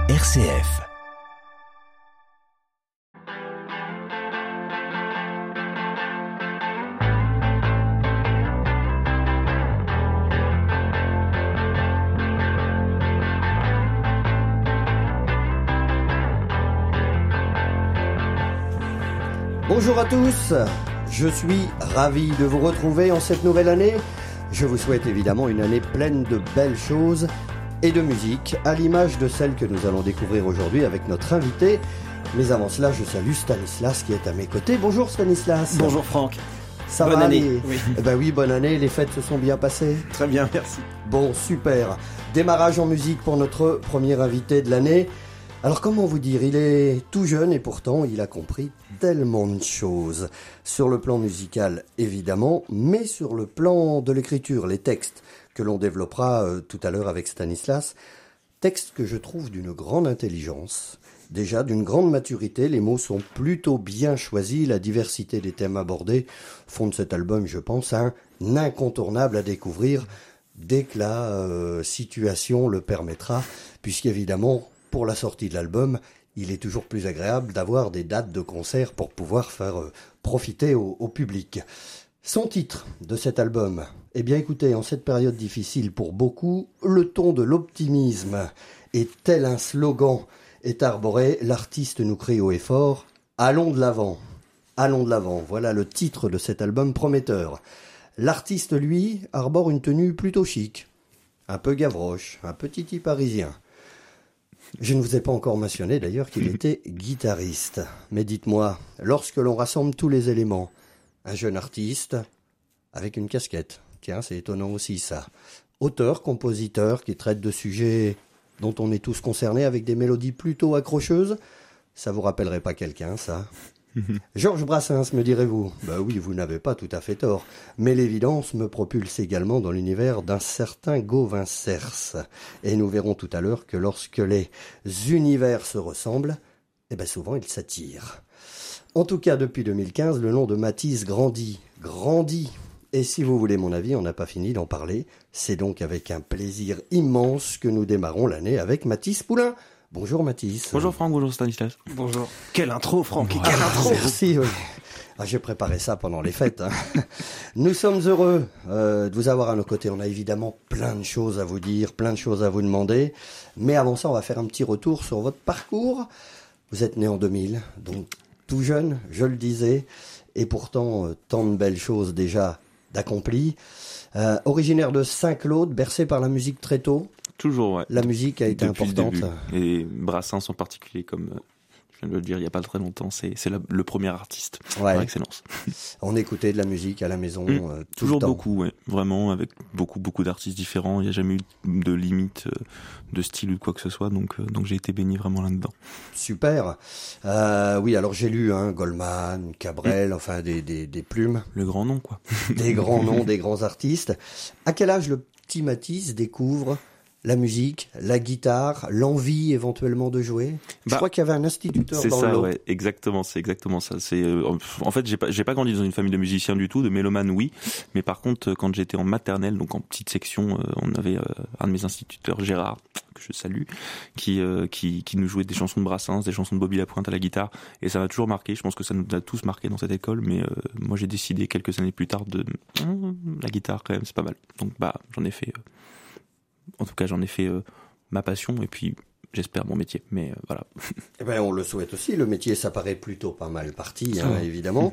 RCF. Bonjour à tous, je suis ravi de vous retrouver en cette nouvelle année. Je vous souhaite évidemment une année pleine de belles choses et de musique, à l'image de celle que nous allons découvrir aujourd'hui avec notre invité. Mais avant cela, je salue Stanislas qui est à mes côtés. Bonjour Stanislas. Bonjour Franck. Ça bonne va année. Oui. Ben oui, bonne année, les fêtes se sont bien passées. Très bien, merci. Bon, super. Démarrage en musique pour notre premier invité de l'année. Alors comment vous dire, il est tout jeune et pourtant il a compris tellement de choses. Sur le plan musical évidemment, mais sur le plan de l'écriture, les textes que l'on développera tout à l'heure avec Stanislas. Textes que je trouve d'une grande intelligence, déjà d'une grande maturité, les mots sont plutôt bien choisis, la diversité des thèmes abordés font de cet album, je pense, un incontournable à découvrir dès que la situation le permettra, puisqu'évidemment, pour la sortie de l'album, il est toujours plus agréable d'avoir des dates de concert pour pouvoir faire profiter au public. Son titre de cet album, eh bien écoutez, en cette période difficile pour beaucoup, le ton de l'optimisme et tel un slogan est arboré, l'artiste nous crie haut et fort, « Allons de l'avant ». Allons de l'avant, voilà le titre de cet album prometteur. L'artiste, lui, arbore une tenue plutôt chic, un peu gavroche, un petit type parisien. Je ne vous ai pas encore mentionné d'ailleurs qu'il était guitariste. Mais dites-moi, lorsque l'on rassemble tous les éléments, un jeune artiste avec une casquette, tiens c'est étonnant aussi ça, auteur, compositeur qui traite de sujets dont on est tous concernés avec des mélodies plutôt accrocheuses, ça vous rappellerait pas quelqu'un ça ? Georges Brassens, me direz-vous ? Ben oui, vous n'avez pas tout à fait tort. Mais l'évidence me propulse également dans l'univers d'un certain Gauvin Cers. Et nous verrons tout à l'heure que lorsque les univers se ressemblent, eh ben souvent ils s'attirent. En tout cas, depuis 2015, le nom de Mathis grandit. Et si vous voulez mon avis, on n'a pas fini d'en parler. C'est donc avec un plaisir immense que nous démarrons l'année avec Mathis Poulain. Bonjour Mathis. Bonjour Franck, bonjour Stanislas. Bonjour. Quelle intro Franck, quelle intro. Merci, oui. J'ai préparé ça pendant les fêtes. Nous sommes heureux de vous avoir à nos côtés. On a évidemment plein de choses à vous dire, plein de choses à vous demander. Mais avant ça, on va faire un petit retour sur votre parcours. Vous êtes né en 2000, donc tout jeune, je le disais. Et pourtant, tant de belles choses déjà d'accomplies. Originaire de Saint-Claude, bercé par la musique très tôt. Toujours, ouais. La musique a été depuis importante. Et Brassens en particulier, comme je viens de le dire il n'y a pas très longtemps, c'est le premier artiste par excellence. On écoutait de la musique à la maison tout toujours le temps. beaucoup, ouais. Vraiment, avec beaucoup d'artistes différents. Il n'y a jamais eu de limite de style ou de quoi que ce soit, donc j'ai été béni vraiment là-dedans. Super. Oui, alors j'ai lu Goldman, Cabrel, enfin des plumes. Le grand nom, quoi. Des grands noms, des grands artistes. À quel âge le petit Mathis découvre la musique, la guitare, l'envie éventuellement de jouer? Je crois qu'il y avait un instituteur dans le lot. C'est ça, ouais, exactement, c'est exactement ça. En fait, j'ai pas grandi dans une famille de musiciens du tout, de mélomanes, oui. Mais par contre, quand j'étais en maternelle, donc en petite section, on avait un de mes instituteurs, Gérard, que je salue, qui nous jouait des chansons de Brassens, des chansons de Bobby Lapointe à la guitare. Et ça m'a toujours marqué. Je pense que ça nous a tous marqué dans cette école. Mais moi, j'ai décidé quelques années plus tard de la guitare quand même, c'est pas mal. Donc j'en ai fait. En tout cas, j'en ai fait ma passion et puis j'espère mon métier. Mais voilà. Eh ben, on le souhaite aussi. Le métier, ça paraît plutôt pas mal parti, évidemment.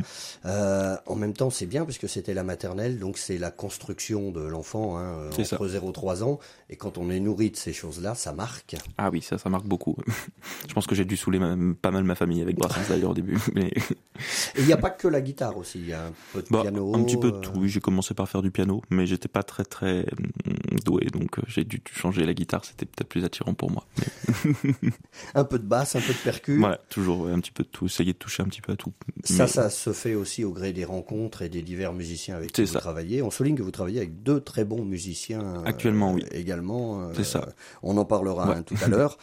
En même temps, c'est bien puisque c'était la maternelle, donc c'est la construction de l'enfant entre 0 et 3 ans. Et quand on est nourri de ces choses-là, ça marque. Ah oui, ça marque beaucoup. Je pense que j'ai dû saouler pas mal ma famille avec Brassens d'ailleurs au début. Mais... Et il n'y a pas que la guitare aussi, il y a un peu de piano. Un petit peu de tout, oui. J'ai commencé par faire du piano, mais j'étais pas très très doué, donc j'ai dû changer la guitare, c'était peut-être plus attirant pour moi. Mais... un peu de basse, un peu de percu. Voilà, toujours, un petit peu de tout, essayer de toucher un petit peu à tout. Ça se fait aussi au gré des rencontres et des divers musiciens avec qui vous travaillez. On souligne que vous travaillez avec 2 très bons musiciens. Actuellement, oui. Également. C'est ça. On en parlera tout à l'heure.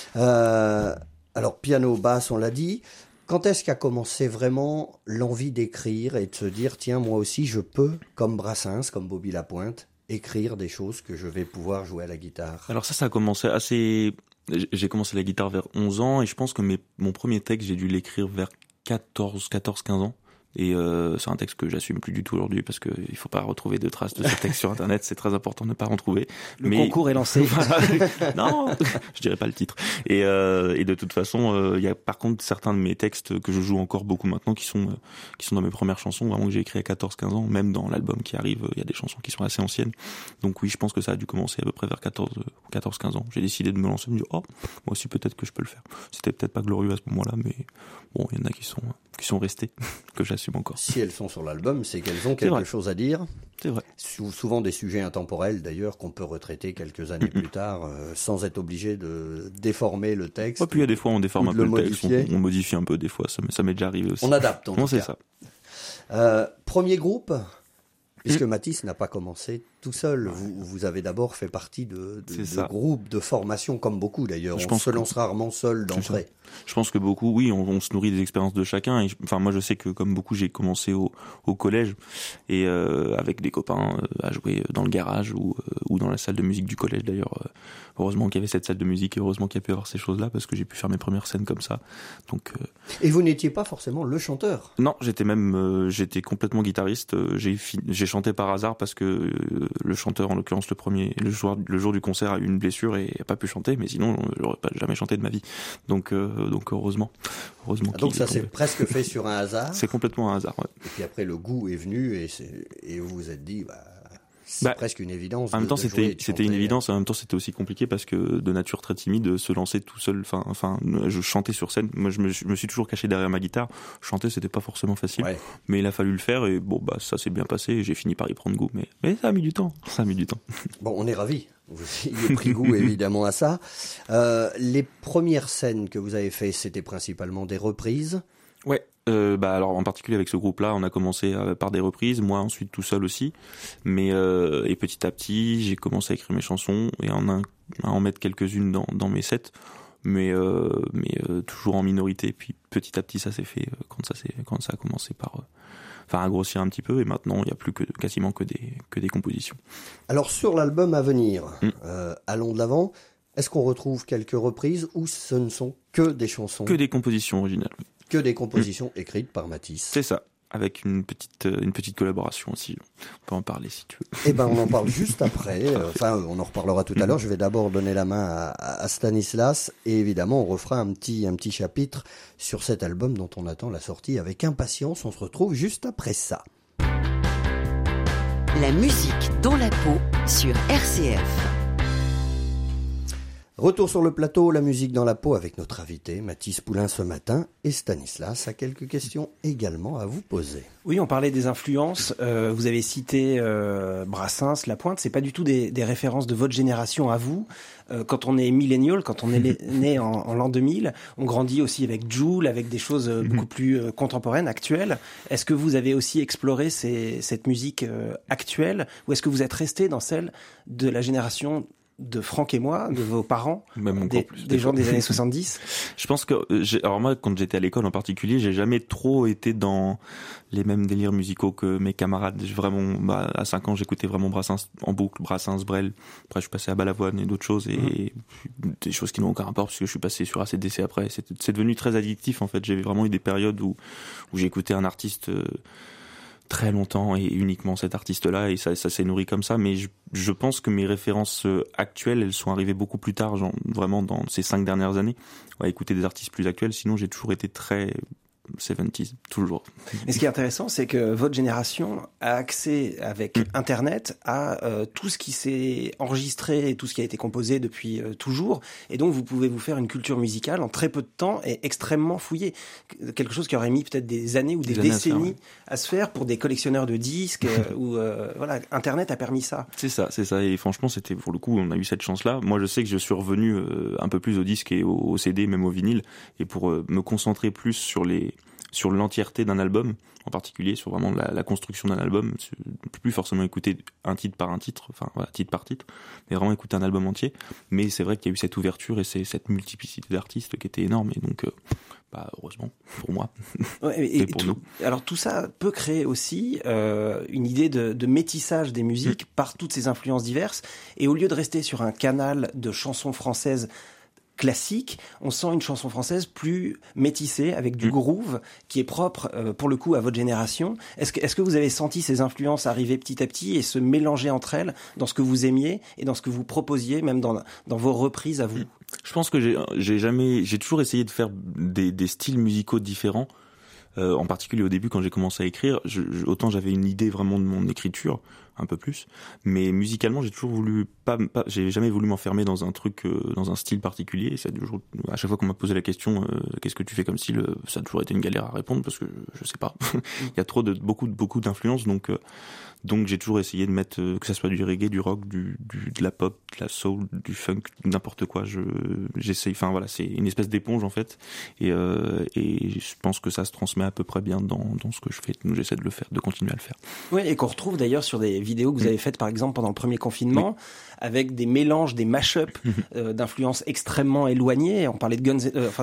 Alors, piano, basse, on l'a dit. Quand est-ce qu'a commencé vraiment l'envie d'écrire et de se dire, tiens, moi aussi, je peux, comme Brassens, comme Bobby Lapointe, écrire des choses que je vais pouvoir jouer à la guitare? Alors ça a commencé assez J'ai commencé la guitare vers 11 ans et je pense que mon premier texte, j'ai dû l'écrire vers 14-15 ans. Et c'est un texte que j'assume plus du tout aujourd'hui parce que il faut pas retrouver de traces de ce texte sur internet, c'est très important de ne pas en trouver. Le concours est lancé. Voilà. Non, je dirais pas le titre. Et de toute façon, il y a par contre certains de mes textes que je joue encore beaucoup maintenant qui sont dans mes premières chansons, vraiment que j'ai écrit à 14-15 ans, même dans l'album qui arrive, il y a des chansons qui sont assez anciennes. Donc oui, je pense que ça a dû commencer à peu près vers 14-15 ans. J'ai décidé de me lancer, de me dire moi aussi peut-être que je peux le faire. C'était peut-être pas glorieux à ce moment-là, mais bon, il y en a qui sont restés, que j'assume encore. Si elles sont sur l'album, c'est qu'elles ont quelque chose à dire. C'est vrai. Souvent des sujets intemporels, d'ailleurs, qu'on peut retraiter quelques années plus tard, sans être obligé de déformer le texte. Puis il y a des fois, on déforme un peu le texte, on modifie un peu des fois, ça m'est déjà arrivé aussi. On adapte, en tout cas. C'est ça. Premier groupe, puisque Mathis n'a pas commencé tout seul. Vous avez d'abord fait partie de groupes, de formations, comme beaucoup d'ailleurs. On se lance rarement seul d'entrée. Je pense que beaucoup, oui, on se nourrit des expériences de chacun. Et moi, je sais que comme beaucoup, j'ai commencé au collège et avec des copains à jouer dans le garage ou dans la salle de musique du collège. D'ailleurs, heureusement qu'il y avait cette salle de musique et heureusement qu'il y a pu avoir ces choses-là parce que j'ai pu faire mes premières scènes comme ça. Donc. Et vous n'étiez pas forcément le chanteur. Non, j'étais complètement guitariste. J'ai chanté par hasard parce que le chanteur, en l'occurrence le jour du concert, a eu une blessure et n'a pas pu chanter. Mais sinon, j'aurais pas jamais chanté de ma vie. Donc heureusement. Donc ça s'est presque fait sur un hasard. C'est complètement un hasard. Ouais. Et puis après le goût est venu et vous vous êtes dit c'est presque une évidence. En même temps c'était une évidence. En même temps c'était aussi compliqué parce que de nature très timide, se lancer tout seul. Enfin, je chantais sur scène. Moi je me suis toujours caché derrière ma guitare. Chanter c'était pas forcément facile. Ouais. Mais il a fallu le faire et ça s'est bien passé. Et j'ai fini par y prendre goût. Mais ça a mis du temps. Bon, on est ravis. Vous ayez pris goût évidemment à ça. Les premières scènes que vous avez fait, c'était principalement des reprises. Ouais. Alors en particulier avec ce groupe-là, on a commencé par des reprises, moi ensuite tout seul aussi. Mais et petit à petit, j'ai commencé à écrire mes chansons et à en mettre quelques-unes dans mes sets. Mais toujours en minorité. Puis petit à petit, ça s'est fait quand ça a commencé à grossir un petit peu, et maintenant il n'y a plus quasiment que des compositions. Alors sur l'album à venir, Allons de l'avant, est-ce qu'on retrouve quelques reprises ou ce ne sont que des chansons? Que des compositions originales. Que des compositions écrites par Mathis. C'est ça, avec une petite collaboration aussi. On peut en parler si tu veux. Eh ben on en parle juste après, on en reparlera tout à l'heure. Je vais d'abord donner la main à Stanislas et évidemment on refera un petit chapitre sur cet album dont on attend la sortie avec impatience. On se retrouve juste après ça. La musique dans la peau sur RCF. Retour sur le plateau, la musique dans la peau avec notre invité Mathis Poulain ce matin, et Stanislas a quelques questions également à vous poser. Oui, on parlait des influences, vous avez cité Brassens, Lapointe, c'est pas du tout des références de votre génération à vous. Quand on est millennial, quand on est né en l'an 2000, on grandit aussi avec Jul, avec des choses beaucoup plus contemporaines, actuelles. Est-ce que vous avez aussi exploré cette musique actuelle, ou est-ce que vous êtes resté dans celle de la génération de Franck et moi, de vos parents, même des gens des années 70? Je pense que, alors moi, quand j'étais à l'école en particulier, j'ai jamais trop été dans les mêmes délires musicaux que mes camarades. À 5 ans, j'écoutais vraiment Brassens en boucle, Brassens, Brel. Après, je suis passé à Balavoine et d'autres choses, et des choses qui n'ont aucun rapport, parce que je suis passé sur AC/DC après. C'est devenu très addictif, en fait. J'ai vraiment eu des périodes où j'écoutais un artiste, très longtemps et uniquement cet artiste-là, et ça s'est nourri comme ça. Mais je pense que mes références actuelles, elles sont arrivées beaucoup plus tard, vraiment dans ces 5 dernières années, à écouter des artistes plus actuels. Sinon, j'ai toujours été très 70s, toujours. Et ce qui est intéressant, c'est que votre génération a accès avec Internet à tout ce qui s'est enregistré et tout ce qui a été composé depuis toujours. Et donc, vous pouvez vous faire une culture musicale en très peu de temps et extrêmement fouillée. Quelque chose qui aurait mis peut-être des années ou des décennies à se faire pour des collectionneurs de disques. Voilà, Internet a permis ça. C'est ça. Et franchement, c'était, pour le coup, on a eu cette chance-là. Moi, je sais que je suis revenu un peu plus au disque et au CD, même au vinyle. Et pour me concentrer plus sur l'entièreté d'un album, en particulier sur vraiment la construction d'un album, plus forcément écouter un titre par un titre, titre par titre, mais vraiment écouter un album entier. Mais c'est vrai qu'il y a eu cette ouverture et cette multiplicité d'artistes qui était énorme, et donc heureusement pour moi et pour nous. Alors tout ça peut créer aussi une idée de métissage des musiques par toutes ces influences diverses, et au lieu de rester sur un canal de chansons françaises classique, on sent une chanson française plus métissée, avec du groove, qui est propre, pour le coup, à votre génération. Est-ce que vous avez senti ces influences arriver petit à petit et se mélanger entre elles dans ce que vous aimiez et dans ce que vous proposiez, même dans vos reprises à vous? Je pense que j'ai toujours essayé de faire des styles musicaux différents. En particulier au début, quand j'ai commencé à écrire, autant j'avais une idée vraiment de mon écriture, un peu plus, mais musicalement j'ai toujours voulu j'ai jamais voulu m'enfermer dans un truc, dans un style particulier. À chaque fois qu'on m'a posé la question, qu'est-ce que tu fais comme style, ça a toujours été une galère à répondre parce que je sais pas. Il y a beaucoup d'influences, donc j'ai toujours essayé de mettre, que ça soit du reggae, du rock, de la pop, de la soul, du funk, n'importe quoi. J'essaye, enfin voilà, c'est une espèce d'éponge en fait, et je pense que ça se transmet à peu près bien dans ce que je fais. Donc j'essaie de le faire, de continuer à le faire. Oui, et qu'on retrouve d'ailleurs sur des vidéos que vous avez faites par exemple pendant le premier confinement, avec des mélanges, des mash-up d'influences extrêmement éloignées. On parlait de Guns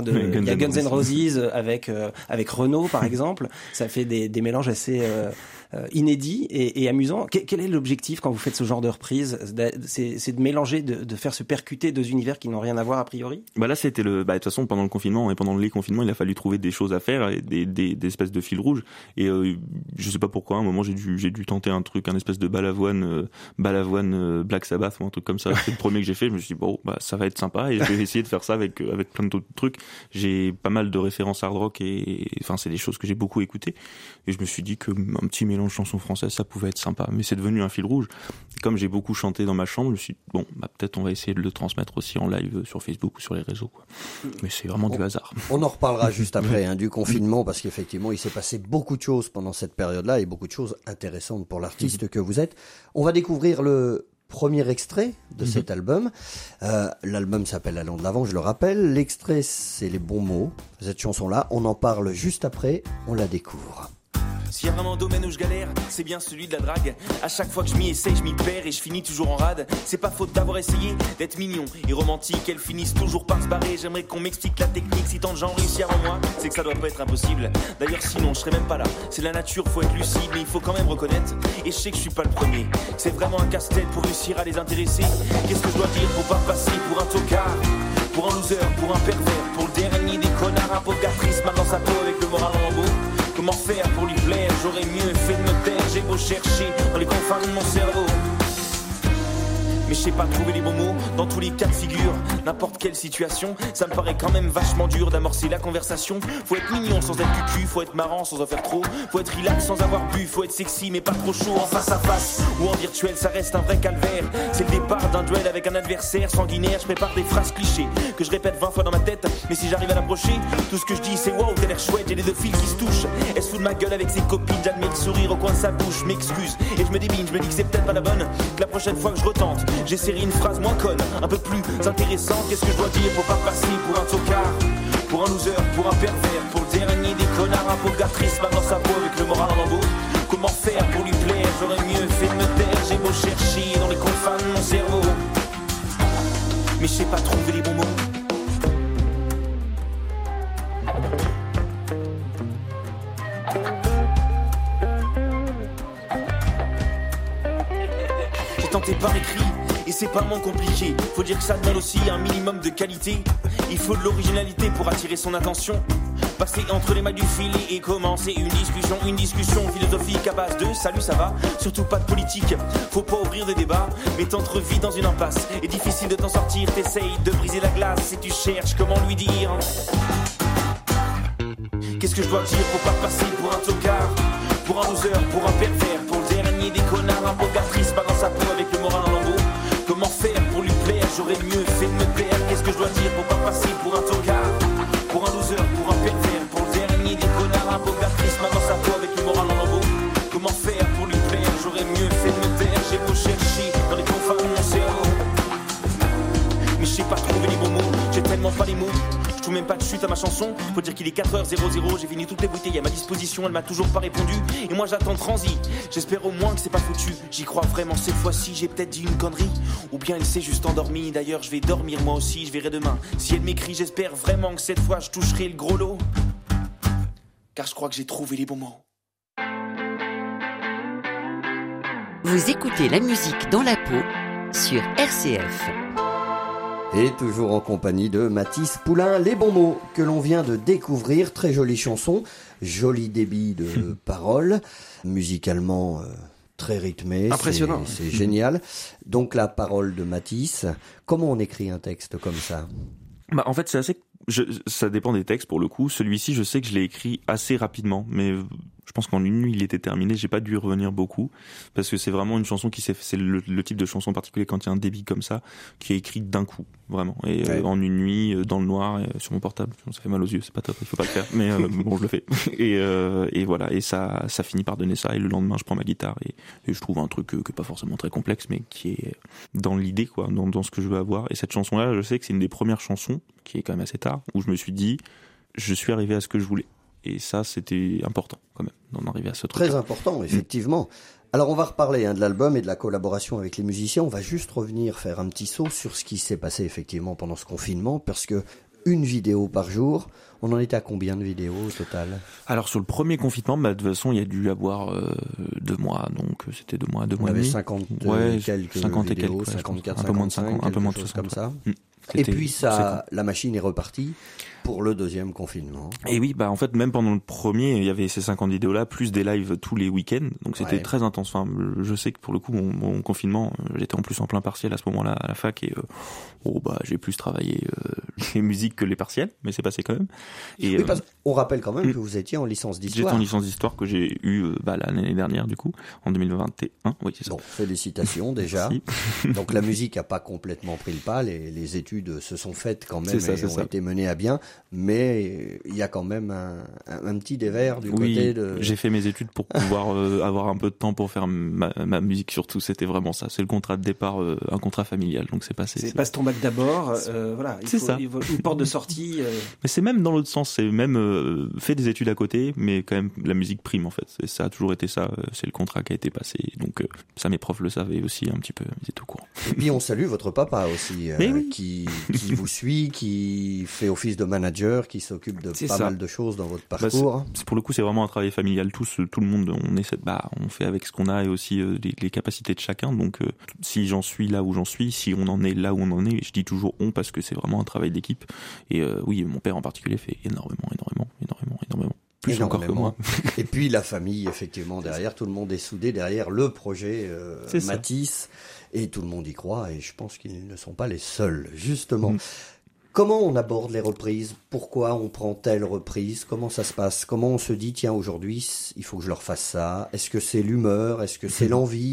N' Roses avec Renaud par exemple. Ça fait des mélanges assez inédit et amusant. Quel est l'objectif quand vous faites ce genre de reprise? C'est de mélanger, de faire se percuter deux univers qui n'ont rien à voir a priori? Bah là c'était de toute façon pendant le confinement et pendant les confinements il a fallu trouver des choses à faire et des espèces de fils rouges et je sais pas pourquoi à un moment j'ai dû tenter un truc, un espèce de balavoine Black Sabbath ou un truc comme ça. C'est le premier que j'ai fait. Je me suis dit bon bah ça va être sympa et je vais essayer de faire ça avec plein d'autres trucs. J'ai pas mal de références hard rock et enfin c'est des choses que j'ai beaucoup écoutées et je me suis dit que un petit mélange chanson française ça pouvait être sympa, mais c'est devenu un fil rouge. Et comme j'ai beaucoup chanté dans ma chambre, je me suis dit bon bah peut-être on va essayer de le transmettre aussi en live sur Facebook ou sur les réseaux quoi. Mais c'est vraiment du hasard. On en reparlera juste après du confinement parce qu'effectivement il s'est passé beaucoup de choses pendant cette période-là et beaucoup de choses intéressantes pour l'artiste que vous êtes. On va découvrir le premier extrait de cet album. L'album s'appelle Allons de l'avant, je le rappelle. L'extrait c'est Les bons mots. Cette chanson-là, on en parle juste après, on la découvre. S'il y a vraiment un domaine où je galère, c'est bien celui de la drague. À chaque fois que je m'y essaye, je m'y perds et je finis toujours en rade. C'est pas faute d'avoir essayé d'être mignon et romantique. Elles finissent toujours par se barrer. J'aimerais qu'on m'explique la technique. Si tant de gens réussissent avant moi, c'est que ça doit pas être impossible. D'ailleurs sinon je serais même pas là. C'est la nature, faut être lucide, mais il faut quand même reconnaître. Et je sais que je suis pas le premier. C'est vraiment un casse-tête pour réussir à les intéresser. Qu'est-ce que je dois dire pour pas passer pour un tocard, pour un loser, pour un pervers, pour le dernier des connards, un pauvre gars triste mal dans sa peau avec le moral en lambeaux. Comment faire pour lui plaire? J'aurais mieux fait de me taire. J'ai beau chercher dans les confins de mon cerveau, mais je sais pas trouver les bons mots dans tous les cas de figure. N'importe quelle situation, ça me paraît quand même vachement dur d'amorcer la conversation. Faut être mignon sans être cucu, faut être marrant sans en faire trop. Faut être relax sans avoir bu, faut être sexy mais pas trop chaud. En face à face ou en virtuel, ça reste un vrai calvaire. C'est le départ d'un duel avec un adversaire sanguinaire. Je prépare des phrases clichés que je répète 20 fois dans ma tête. Mais si j'arrive à l'approcher, tout ce que je dis c'est wow, t'as l'air chouette. J'ai les deux fils qui se touchent. Elle se fout de ma gueule avec ses copines. J'admets le sourire au coin de sa bouche, m'excuse et je me débine. Je me dis que c'est peut-être pas la bonne, que la prochaine fois que je retente, j'essaierai une phrase moins conne, un peu plus intéressante. Qu'est-ce que je dois dire pour pas passer pour un tocard, pour un loser, pour un pervers, pour le dernier des connards, un pauvre gars triste mal dans sa peau avec le moral en lambeaux. Comment faire pour lui plaire? J'aurais mieux fait de me taire. J'ai beau chercher dans les confins de mon cerveau, mais je sais pas trouver les bons mots. J'ai tenté par écrit et c'est pas moins compliqué. Faut dire que ça demande aussi un minimum de qualité. Il faut de l'originalité pour attirer son attention. Passer entre les mailles du filet et commencer une discussion philosophique à base de salut ça va, surtout pas de politique. Faut pas ouvrir des débats, mais t'entrevis dans une impasse. Et difficile de t'en sortir, t'essayes de briser la glace et tu cherches comment lui dire. Qu'est-ce que je dois dire pour pas passer pour un tocard, pour un loser, pour un pervers, pour le dernier des connards, un beau gars triste pas dans sa peau avec le moral en lambeaux. Comment faire pour lui plaire? J'aurais mieux fait de me taire. Qu'est-ce que je dois dire pour pas passer pour un tocard, pour un loser, pour un pervers, pour le dernier des connards, un beau gars triste mal dans sa peau avec le moral en lambeaux. Comment faire pour lui plaire? J'aurais mieux fait de me taire. J'ai beau chercher dans les confins de mon cerveau, mais je sais pas trouver les bons mots. J'ai tellement pas les mots. Je trouve même pas de chute à ma chanson. Faut dire qu'il est 4h00. J'ai fini toutes les bouteilles à ma disposition. Elle m'a toujours pas répondu. Et moi j'attends transi. J'espère au moins que c'est pas foutu. J'y crois vraiment cette fois-ci. J'ai peut-être dit une connerie. Ou bien elle s'est juste endormie. D'ailleurs je vais dormir moi aussi. Je verrai demain. Si elle m'écrit, j'espère vraiment que cette fois je toucherai le gros lot. Car je crois que j'ai trouvé les bons mots. Vous écoutez la musique dans la peau sur RCF. Et toujours en compagnie de Mathis Poulain, Les Bons Mots, que l'on vient de découvrir. Très jolie chanson, joli débit de paroles, musicalement très rythmé. Impressionnant. C'est génial. Donc la parole de Mathis, comment on écrit un texte comme ça ? En fait, c'est assez... ça dépend des textes pour le coup. Celui-ci, je sais que je l'ai écrit assez rapidement, mais je pense qu'en une nuit, il était terminé. J'ai pas dû y revenir beaucoup parce que c'est vraiment une chanson c'est le type de chanson particulier quand il y a un débit comme ça qui est écrit d'un coup, vraiment. Et en une nuit, dans le noir, sur mon portable, ça fait mal aux yeux. C'est pas top, il faut pas le faire, mais bon, je le fais. Et voilà. Et ça finit par donner ça. Et le lendemain, je prends ma guitare et je trouve un truc qui est pas forcément très complexe, mais qui est dans l'idée, quoi, dans ce que je veux avoir. Et cette chanson-là, je sais que c'est une des premières chansons qui est quand même assez tard où je me suis dit, je suis arrivé à ce que je voulais. Et ça, c'était important, quand même, d'en arriver à ce truc. Très important, effectivement. Alors, on va reparler de l'album et de la collaboration avec les musiciens. On va juste revenir faire un petit saut sur ce qui s'est passé, effectivement, pendant ce confinement, parce que une vidéo par jour, on en était à combien de vidéos au total ? Alors, sur le premier confinement, de toute façon, il y a dû y avoir 2 mois, donc c'était 2 mois, 2 mois et demi. 50 quelques 50 et vidéos, quelques, 54, un peu moins de 55, 50, un peu moins de quelque chose 60, comme ça. C'était Et puis ça, la machine est repartie pour le deuxième confinement. Et oui, en fait, même pendant le premier, il y avait ces 50 vidéos-là, plus des lives tous les week-ends. Donc c'était très intense. Enfin, je sais que pour le coup, mon confinement, j'étais en plus en plein partiel à ce moment-là à la fac et j'ai plus travaillé les musiques que les partiels, mais c'est passé quand même. Et, oui, parce qu'on rappelle quand même que vous étiez en licence d'histoire. J'étais en licence d'histoire que j'ai eu l'année dernière, du coup, en 2021. Oui, c'est ça. Bon, félicitations déjà. Donc la musique n'a pas complètement pris le pas, les études se sont faites quand même et ont été menées à bien, mais il y a quand même un petit dévers du côté de... J'ai fait mes études pour pouvoir avoir un peu de temps pour faire ma musique, surtout, c'était vraiment ça. C'est le contrat de départ, un contrat familial, donc c'est passé. Passe ton bac d'abord, voilà, il faut une porte de sortie. Mais c'est même dans l'autre sens, c'est même fait des études à côté, mais quand même la musique prime en fait. Et ça a toujours été ça, c'est le contrat qui a été passé. Donc ça, mes profs le savaient aussi un petit peu, ils étaient au courant. Et puis on salue votre papa aussi, qui vous suit, qui fait office de manager, qui s'occupe de mal de choses dans votre parcours. Pour le coup, c'est vraiment un travail familial. Tout le monde, on fait avec ce qu'on a et aussi les capacités de chacun. Donc si j'en suis là où j'en suis, si on en est là où on en est, je dis toujours on parce que c'est vraiment un travail d'équipe. Et oui, mon père en particulier fait énormément. Plus encore que moi. Et puis la famille, effectivement, derrière, tout le monde est soudé derrière le projet Mathis, et tout le monde y croit, et je pense qu'ils ne sont pas les seuls, justement. Comment on aborde les reprises ? Pourquoi on prend telle reprise ? Comment ça se passe ? Comment on se dit, tiens, aujourd'hui, il faut que je leur fasse ça ? Est-ce que c'est l'humeur ? Est-ce que c'est l'envie ?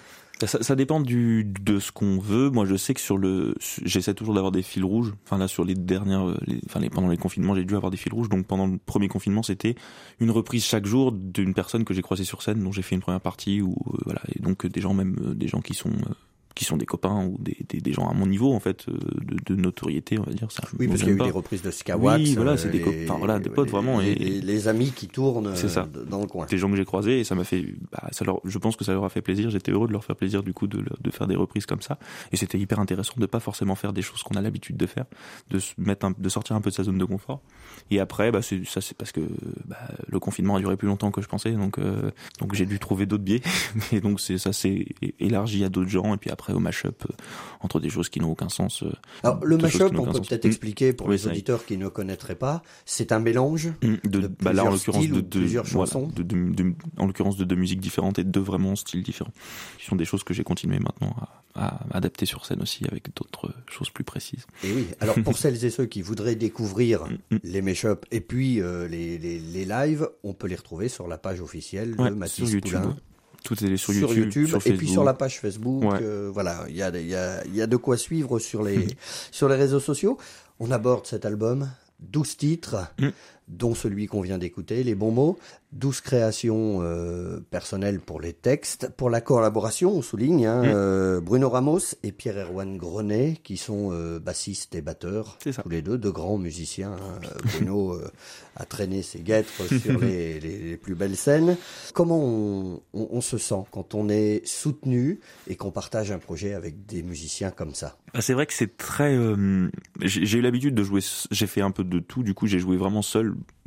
Ça dépend de ce qu'on veut. Moi, je sais que j'essaie toujours d'avoir des fils rouges. Enfin là, sur les dernières, pendant les confinements, j'ai dû avoir des fils rouges. Donc pendant le premier confinement, c'était une reprise chaque jour d'une personne que j'ai croisée sur scène, dont j'ai fait une première partie. Et donc des gens qui sont des copains ou des gens à mon niveau en fait de notoriété, on va dire ça. Oui, parce qu'il y a eu des reprises de Skawax. Oui, voilà, c'est des copains, des potes vraiment les amis qui tournent dans le coin. Des gens que j'ai croisés et ça m'a fait je pense que ça leur a fait plaisir, j'étais heureux de leur faire plaisir du coup de faire des reprises comme ça et c'était hyper intéressant de pas forcément faire des choses qu'on a l'habitude de faire, de sortir un peu de sa zone de confort. Et après c'est parce que le confinement a duré plus longtemps que je pensais donc j'ai dû trouver d'autres biais et donc ça s'est élargi à d'autres gens et puis après au mash-up entre des choses qui n'ont aucun sens. Alors le mash-up, on peut peut-être expliquer pour les auditeurs qui ne connaîtraient pas, c'est un mélange de plusieurs styles ou de plusieurs chansons. En l'occurrence de deux musiques différentes et de deux vraiment styles différents. Qui sont des choses que j'ai continué maintenant à adapter sur scène aussi avec d'autres choses plus précises. Et oui, alors pour celles et ceux qui voudraient découvrir les mash-up et puis les lives, on peut les retrouver sur la page officielle de Mathis Poulain. Tout est sur YouTube sur et puis sur la page Facebook. Voilà, il y a de quoi suivre sur les réseaux sociaux. On aborde cet album, 12 titres, dont celui qu'on vient d'écouter, Les Bons Mots, 12 créations personnelles pour les textes. Pour la collaboration, on souligne Bruno Ramos et Pierre-Erwan Grenet, qui sont bassistes et batteurs, tous les deux, de grands musiciens. Bruno a traîné ses guêtres sur les plus belles scènes. Comment on se sent quand on est soutenu et qu'on partage un projet avec des musiciens comme ça ? C'est vrai que c'est très... j'ai eu l'habitude de jouer... J'ai fait un peu de tout, du coup j'ai joué vraiment seul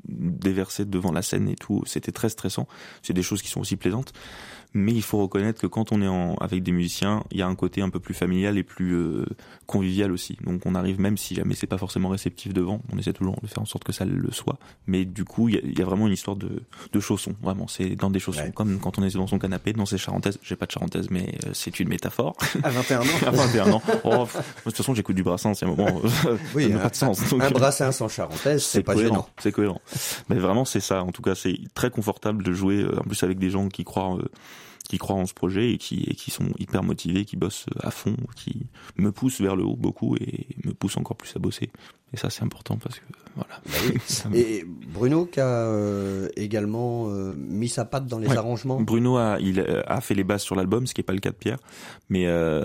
déverser devant la scène et tout, c'était très stressant. C'est des choses qui sont aussi plaisantes. Mais il faut reconnaître que quand on est avec des musiciens, il y a un côté un peu plus familial et plus convivial aussi. Donc on arrive, même si jamais c'est pas forcément réceptif devant, on essaie toujours de faire en sorte que ça le soit. Mais du coup, il y a vraiment une histoire de chaussons. Vraiment, c'est dans des chaussons. Ouais. Comme quand on est dans son canapé, dans ses charentaises. J'ai pas de charentaise, mais c'est une métaphore. À 21 ans. À 21 ans. Oh, de toute façon, j'écoute du Brassens, il y a un moment. Oui, ça n'a pas de sens. Donc, un Brassens sans charentaise, c'est pas cohérent, gênant. C'est cohérent. Mais vraiment, c'est ça. En tout cas, c'est très confortable de jouer, en plus avec des gens qui croient en ce projet et qui sont hyper motivés, qui bossent à fond, qui me poussent vers le haut beaucoup et me poussent encore plus à bosser. Et ça, c'est important parce que voilà. Bah oui. Et Bruno qui a également mis sa patte dans les arrangements. Bruno il a fait les basses sur l'album, ce qui n'est pas le cas de Pierre, mais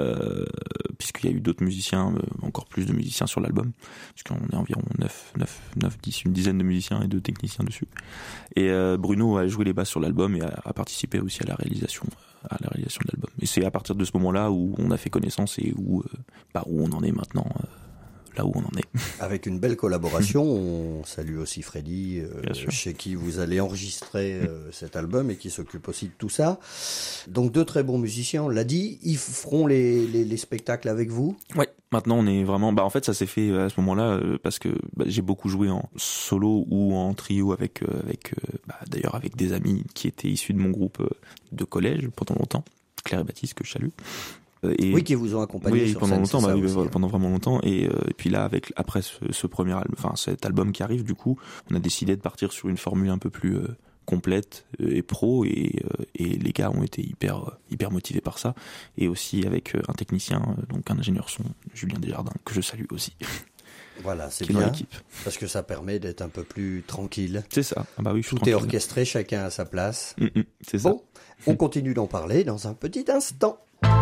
puisqu'il y a eu d'autres musiciens, encore plus de musiciens sur l'album, puisqu'on est environ 10, une dizaine de musiciens et 2 techniciens dessus. Et Bruno a joué les basses sur l'album et a participé aussi à la réalisation de l'album. Et c'est à partir de ce moment-là où on a fait connaissance et où on en est maintenant. Là où on en est. Avec une belle collaboration, on salue aussi Freddy, chez qui vous allez enregistrer cet album et qui s'occupe aussi de tout ça. Donc 2 très bons musiciens, on l'a dit, ils feront les spectacles avec vous. Ouais, maintenant on est vraiment... en fait ça s'est fait à ce moment-là parce que j'ai beaucoup joué en solo ou en trio avec d'ailleurs avec des amis qui étaient issus de mon groupe de collège pendant longtemps, Claire et Baptiste que je salue. Oui, qui vous ont accompagné sur pendant scène, longtemps, pendant vraiment longtemps. Et puis là, après ce premier album, cet album qui arrive, du coup, on a décidé de partir sur une formule un peu plus complète et pro. Et les gars ont été hyper motivés par ça. Et aussi avec un technicien, donc un ingénieur son, Julien Desjardins, que je salue aussi. Voilà, c'est bien, parce que ça permet d'être un peu plus tranquille. C'est ça. Ah bah oui, tout est orchestré, chacun à sa place. C'est ça. Bon, on continue d'en parler dans un petit instant.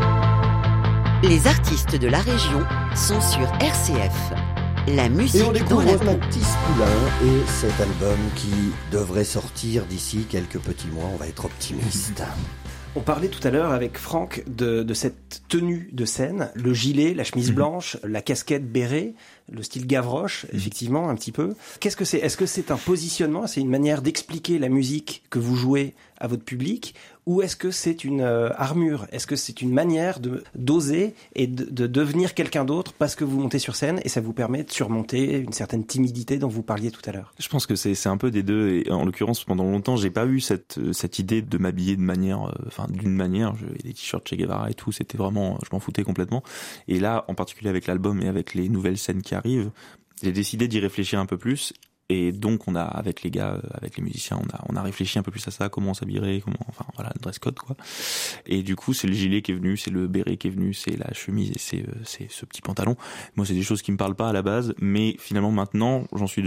Les artistes de la région sont sur RCF. La musique et on découvre dans la Mathis Poulain et cet album qui devrait sortir d'ici quelques petits mois. On va être optimiste. On parlait tout à l'heure avec Franck de cette tenue de scène, le gilet, la chemise blanche, la casquette béret, le style Gavroche, effectivement, un petit peu. Qu'est-ce que c'est ? Est-ce que c'est un positionnement ? C'est une manière d'expliquer la musique que vous jouez à votre public ? Ou est-ce que c'est une armure ? Est-ce que c'est une manière d'oser et de devenir quelqu'un d'autre parce que vous montez sur scène et ça vous permet de surmonter une certaine timidité dont vous parliez tout à l'heure ? Je pense que c'est un peu des deux. Et en l'occurrence, pendant longtemps, j'ai pas eu cette idée de m'habiller de manière, d'une manière. J'avais des t-shirts Che Guevara et tout. C'était vraiment, je m'en foutais complètement. Et là, en particulier avec l'album et avec les nouvelles scènes qui arrivent, j'ai décidé d'y réfléchir un peu plus. Et donc on a, avec les gars, avec les musiciens, on a réfléchi un peu plus à ça, comment on s'habillerait, le dress code quoi. Et du coup c'est le gilet qui est venu, c'est le béret qui est venu, c'est la chemise et c'est ce petit pantalon. Moi c'est des choses qui me parlent pas à la base, mais finalement maintenant j'en suis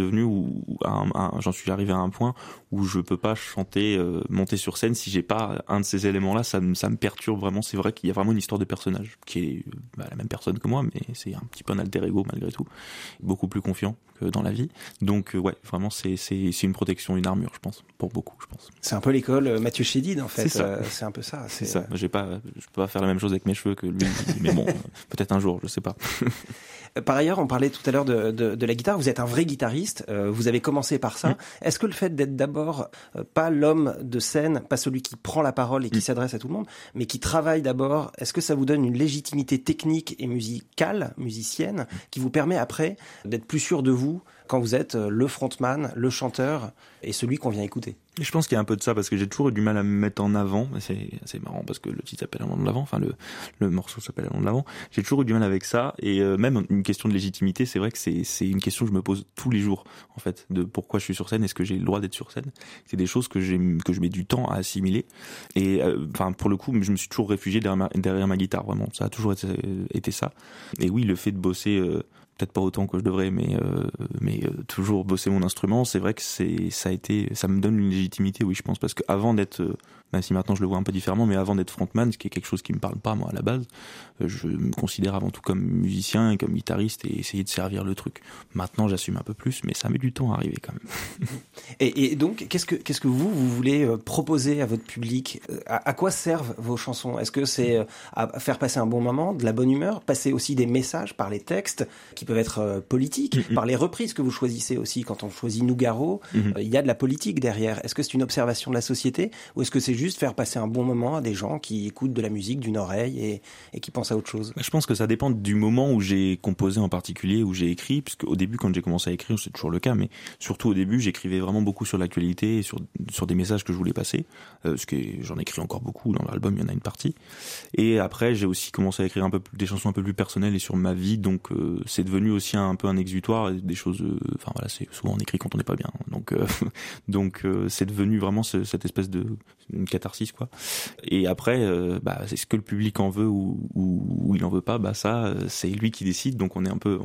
j'en suis arrivé à un point où je peux pas chanter, monter sur scène si j'ai pas un de ces éléments là, ça me perturbe vraiment. C'est vrai qu'il y a vraiment une histoire de personnage qui est la même personne que moi, mais c'est un petit peu un alter ego malgré tout, beaucoup plus confiant que dans la vie. Donc vraiment c'est une protection, une armure, je pense, pour beaucoup, je pense. C'est un peu l'école Mathieu Chédid en fait. C'est un peu ça. C'est ça. Je peux pas faire la même chose avec mes cheveux que lui, mais bon, peut-être un jour, je sais pas. Par ailleurs, on parlait tout à l'heure de la guitare. Vous êtes un vrai guitariste. Vous avez commencé par ça. Est-ce que le fait d'être d'abord pas l'homme de scène, pas celui qui prend la parole et qui s'adresse à tout le monde, mais qui travaille d'abord, est-ce que ça vous donne une légitimité technique et musicienne, qui vous permet après d'être plus sûr de vous quand vous êtes le frontman, le chanteur et celui qu'on vient écouter? Et je pense qu'il y a un peu de ça parce que j'ai toujours eu du mal à me mettre en avant. C'est marrant parce que le titre s'appelle Allons de l'avant, le morceau s'appelle Allons de l'avant. J'ai toujours eu du mal avec ça et même une question de légitimité, c'est vrai que c'est une question que je me pose tous les jours en fait, de pourquoi je suis sur scène, est-ce que j'ai le droit d'être sur scène. C'est des choses que je mets du temps à assimiler et pour le coup, je me suis toujours réfugié derrière ma guitare, vraiment. Ça a toujours été ça. Et oui, le fait de bosser peut-être pas autant que je devrais, mais toujours bosser mon instrument, c'est vrai que ça me donne une légitimité, oui, je pense, parce que avant d'être, même si maintenant je le vois un peu différemment, mais avant d'être frontman, ce qui est quelque chose qui me parle pas moi à la base, je me considère avant tout comme musicien et comme guitariste et essayer de servir le truc. Maintenant, j'assume un peu plus, mais ça met du temps à arriver quand même. Et donc, qu'est-ce que vous voulez proposer à votre public ? À quoi servent vos chansons ? Est-ce que c'est à faire passer un bon moment, de la bonne humeur, passer aussi des messages par les textes qui qui peuvent être politiques, par les reprises que vous choisissez aussi. Quand on choisit Nougaro, il y a de la politique derrière. Est-ce que c'est une observation de la société ou est-ce que c'est juste faire passer un bon moment à des gens qui écoutent de la musique d'une oreille et qui pensent à autre chose? Je pense que ça dépend du moment où j'ai composé en particulier, où j'ai écrit, puisque au début, quand j'ai commencé à écrire, c'est toujours le cas, mais surtout au début, j'écrivais vraiment beaucoup sur l'actualité et sur des messages que je voulais passer, parce que j'en écris encore beaucoup, dans l'album il y en a une partie. Et après, j'ai aussi commencé à écrire des chansons un peu plus personnelles et sur ma vie, donc c'est devenu aussi un peu un exutoire, des choses, c'est souvent on écrit quand on n'est pas bien, donc c'est devenu vraiment cette espèce de une catharsis, quoi. Et après, c'est ce que le public en veut ou il en veut pas, ça c'est lui qui décide, donc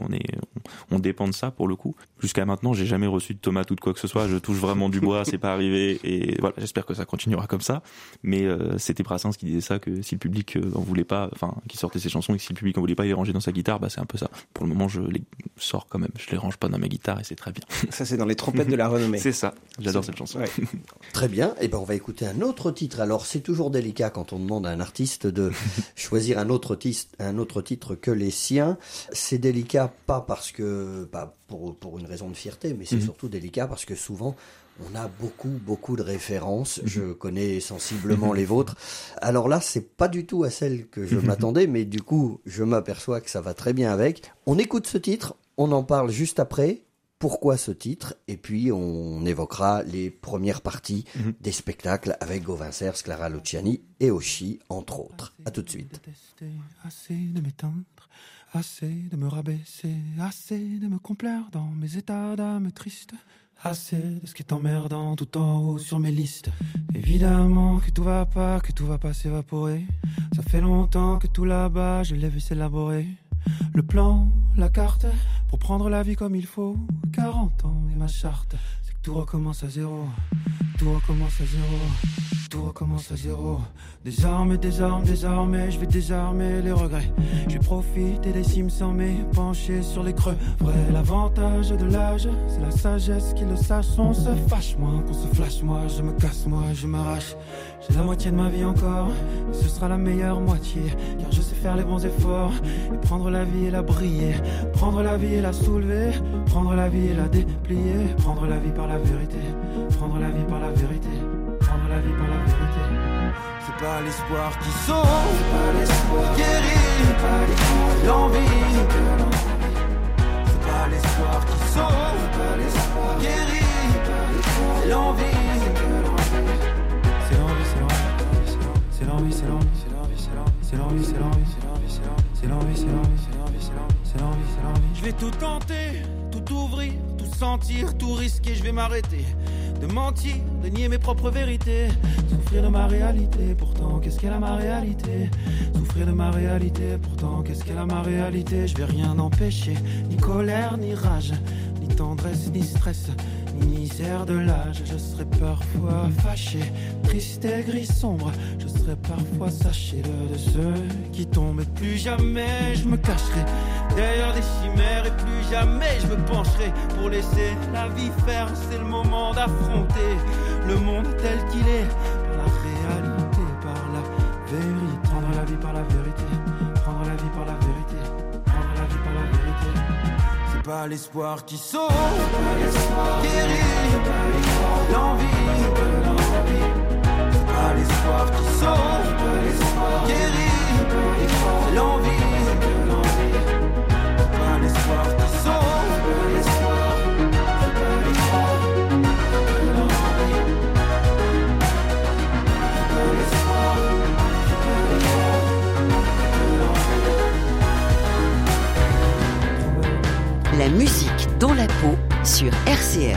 on dépend de ça pour le coup. Jusqu'à maintenant, j'ai jamais reçu de tomates ou de quoi que ce soit, je touche vraiment du bois, c'est pas arrivé, et voilà, j'espère que ça continuera comme ça. Mais c'était Brassens qui disait ça, que si le public en voulait pas, qui sortait ses chansons, et que si le public en voulait pas, il les rangeait dans sa guitare, c'est un peu ça. Pour le moment, je les sors quand même, je les range pas dans ma guitare et c'est très bien. Ça, c'est dans les trompettes de la renommée. C'est ça, j'adore cette chanson. Ouais. Très bien, et on va écouter un autre titre. Alors c'est toujours délicat quand on demande à un artiste de choisir un autre titre que les siens. C'est délicat pas parce que pour une raison de fierté, mais c'est surtout délicat parce que souvent on a beaucoup de références. Je connais sensiblement les vôtres. Alors là, c'est pas du tout à celle que je m'attendais, mais du coup, je m'aperçois que ça va très bien avec. On écoute ce titre, on en parle juste après. Pourquoi ce titre? Et puis on évoquera les premières parties des spectacles avec Gauvin Cers, Clara Luciani et Oshi, entre autres. À tout de suite. Assez de m'éteindre, assez de me rabaisser, assez de me complaire dans mes états d'âme triste. Assez de ce qui est emmerdant tout en haut sur mes listes. Évidemment que tout va pas s'évaporer. Ça fait longtemps que tout là-bas je l'ai vu s'élaborer. Le plan, la carte, pour prendre la vie comme il faut. 40 ans et ma charte, c'est que tout recommence à zéro. Tout recommence à zéro. Tout recommence à zéro. Désormais, je vais désarmer les regrets. Je vais profiter des cimes sans m'épancher sur les creux. Vrai, l'avantage de l'âge, c'est la sagesse qui le sache. On se fâche moins qu'on se flash. Moi, je me casse, moi, je m'arrache. J'ai la moitié de ma vie encore, et ce sera la meilleure moitié. Car je sais faire les bons efforts, et prendre la vie et la briller. Prendre la vie et la soulever, prendre la vie et la déplier. Prendre la vie par la vérité, prendre la vie par la vérité. Prendre la vie par la vérité. C'est pas l'espoir qui sauve, c'est pas l'espoir qui guérit, c'est pas l'envie. C'est pas l'espoir qui sauve, c'est pas l'espoir qui guérit, c'est l'envie. C'est l'envie, c'est l'envie, c'est l'envie, c'est l'envie, c'est l'envie, c'est l'envie, c'est l'envie, c'est l'envie, c'est l'envie. Je vais tout tenter, tout ouvrir, tout sentir, tout risquer, je vais m'arrêter. De mentir, de nier mes propres vérités. Souffrir de ma réalité, pourtant qu'est-ce qu'elle a ma réalité? Souffrir de ma réalité, pourtant qu'est-ce qu'elle a ma réalité? Je vais rien empêcher, ni colère, ni rage, ni tendresse, ni stress, ni misère de l'âge. Je serai parfois fâché, triste et gris sombre. Je serai parfois sachez-le de ceux qui tombent. Et plus jamais je me cacherai derrière des chimères. Et plus jamais je me pencherai pour laisser la vie faire. C'est le moment d'affronter le monde tel qu'il est, par la réalité, par la vérité. Prendre la vie par la vérité, prendre la vie par la vérité, prendre la vie par la vérité. C'est pas l'espoir qui sauve, c'est pas l'espoir qui guérit, c'est pas l'espoir l'envie. C'est pas l'espoir qui sauve, c'est pas l'espoir qui guérit, c'est l'envie. C'est pas l'espoir qui sauve, c'est pas l'espoir, c'est pas l'espoir. La musique dans la peau sur RCF.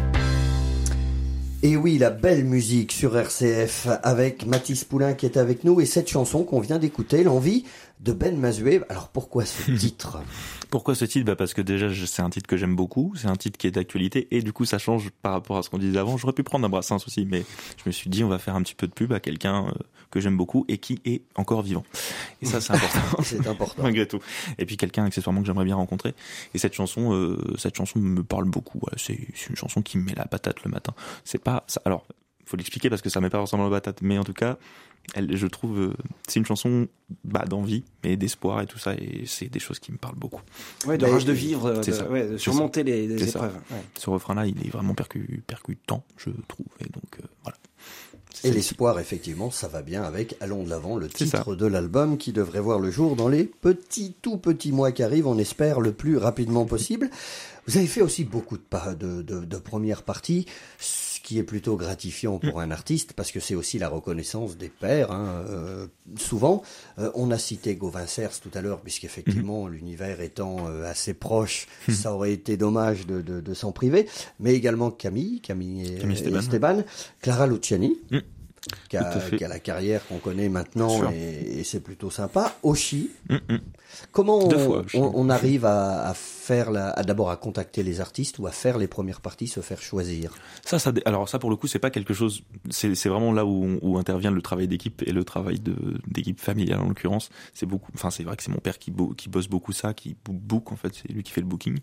Et oui, la belle musique sur RCF avec Mathis Poulain qui est avec nous et cette chanson qu'on vient d'écouter, L'envie de Ben Mazué. Alors pourquoi ce titre? Pourquoi ce titre? Parce que déjà c'est un titre que j'aime beaucoup, c'est un titre qui est d'actualité et du coup ça change par rapport à ce qu'on disait avant. J'aurais pu prendre un Brassens aussi, mais je me suis dit on va faire un petit peu de pub à quelqu'un que j'aime beaucoup et qui est encore vivant. Et ça c'est important. C'est important. Malgré tout. Et puis quelqu'un accessoirement que j'aimerais bien rencontrer. Et cette chanson me parle beaucoup. Voilà, c'est une chanson qui me met la patate le matin. C'est pas ça. Alors faut l'expliquer parce que ça met pas forcément la patate, mais en tout cas je trouve, c'est une chanson d'envie, mais d'espoir et tout ça, et c'est des choses qui me parlent beaucoup. Ouais, de rage de vivre, de surmonter les épreuves. Ouais. Ce refrain-là, il est vraiment percutant, je trouve, et donc voilà. Et l'espoir, effectivement, ça va bien avec Allons de l'avant, le titre de l'album qui devrait voir le jour dans les tout petits mois qui arrivent, on espère le plus rapidement possible. Vous avez fait aussi beaucoup de premières parties, ce qui est plutôt gratifiant pour un artiste, parce que c'est aussi la reconnaissance des pairs. Souvent, on a cité Gauvin Cers tout à l'heure, puisqu'effectivement, l'univers étant assez proche, ça aurait été dommage de s'en priver, mais également Camille et Esteban, Clara Luciani, qui a la carrière qu'on connaît maintenant, et c'est plutôt sympa. Oshi. Comment on arrive à faire d'abord à contacter les artistes ou à faire les premières parties, se faire choisir? Alors ça pour le coup c'est pas quelque chose, c'est vraiment là où intervient le travail d'équipe et le travail d'équipe familiale en l'occurrence. C'est vrai que c'est mon père qui bosse beaucoup ça, qui book en fait, c'est lui qui fait le booking.